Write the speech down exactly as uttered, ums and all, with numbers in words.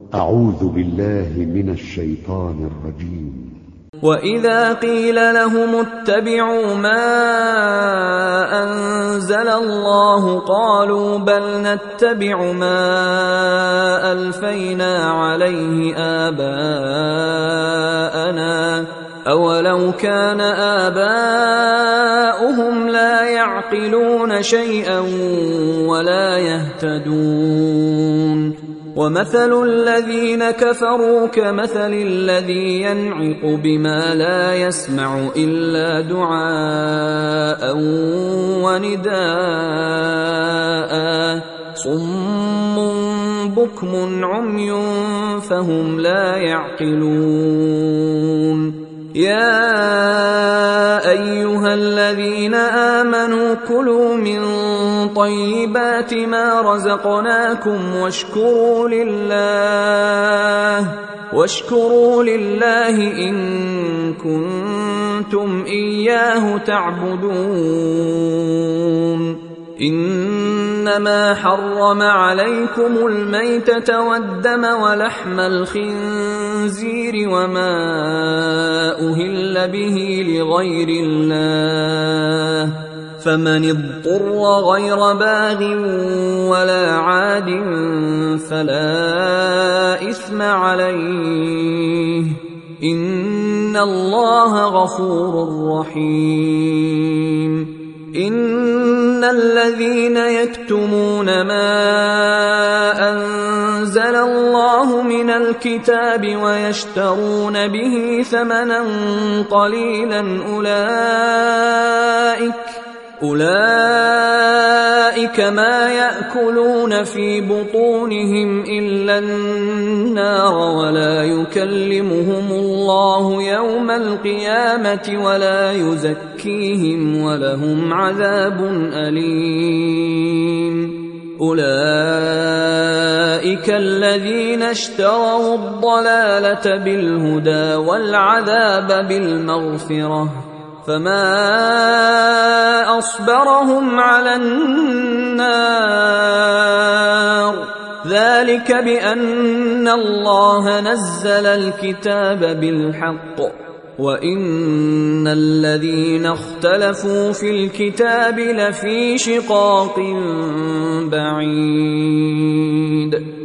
أعوذ بالله من الشيطان الرجيم. وَإِذَا قِيلَ لَهُمُ اتَّبِعُوا مَا أَنزَلَ اللَّهُ قَالُوا بَلْ نَتَّبِعُ مَا أَلْفَيْنَا عَلَيْهِ آبَاءَنَا أَوَلَوْ كَانَ آبَاؤُهُمْ لَا يَعْقِلُونَ شَيْئًا وَلَا يَهْتَدُونَ وَمَثَلُ الَّذِينَ كَفَرُوا كَمَثَلِ الَّذِي يَنْعِقُ بِمَا لَا يَسْمَعُ إِلَّا دُعَاءً وَنِدَاءً صُمٌّ بُكْمٌ عُمْيٌ فَهُمْ لَا يَعْقِلُونَ يَا أَيُّهَا الَّذِينَ آمَنُوا كُلُوا مِن طَيِّبَاتِ مَا رَزَقْنَاكُمْ وَاشْكُرُوا لِلَّهِ وَاشْكُرُوا لِلَّهِ إِن كُنتُمْ إِيَّاهُ تَعْبُدُونَ إِنَّمَا حَرَّمَ عَلَيْكُمُ الْمَيْتَةَ وَالدَّمَ وَلَحْمَ الْخِنزِيرِ وَمَا أُهِلَّ بِهِ لِغَيْرِ اللَّهِ فَمَنِ اضْطُرَّ غَيْرَ بَاغٍ وَلَا عَادٍ فَلَا إِثْمَ عَلَيْهِ إِنَّ اللَّهَ غَفُورٌ رَّحِيمٌ إِنَّ الَّذِينَ يَكْتُمُونَ مَا أَنزَلَ اللَّهُ مِنَ الْكِتَابِ وَيَشْتَرُونَ بِهِ ثَمَنًا قَلِيلًا أُولَئِكَ أُولَئِكَ مَا يَأْكُلُونَ فِي بُطُونِهِمْ إِلَّا النَّارَ وَلَا يُكَلِّمُهُمُ اللَّهُ يَوْمَ الْقِيَامَةِ وَلَا يُزَكِّيهِمْ وَلَهُمْ عَذَابٌ أَلِيمٌ أُولَئِكَ الَّذِينَ اشْتَرَوُا الضَّلَالَةَ بِالْهُدَى وَالْعَذَابَ بِالْمَغْفِرَةِ فَمَا أَصْبَرَهُمْ عَلَى النَّارِ ذَلِكَ بِأَنَّ اللَّهَ نَزَّلَ الْكِتَابَ بِالْحَقِّ وَإِنَّ الَّذِينَ اخْتَلَفُوا فِي الْكِتَابِ لَفِي شِقَاقٍ بَعِيدٍ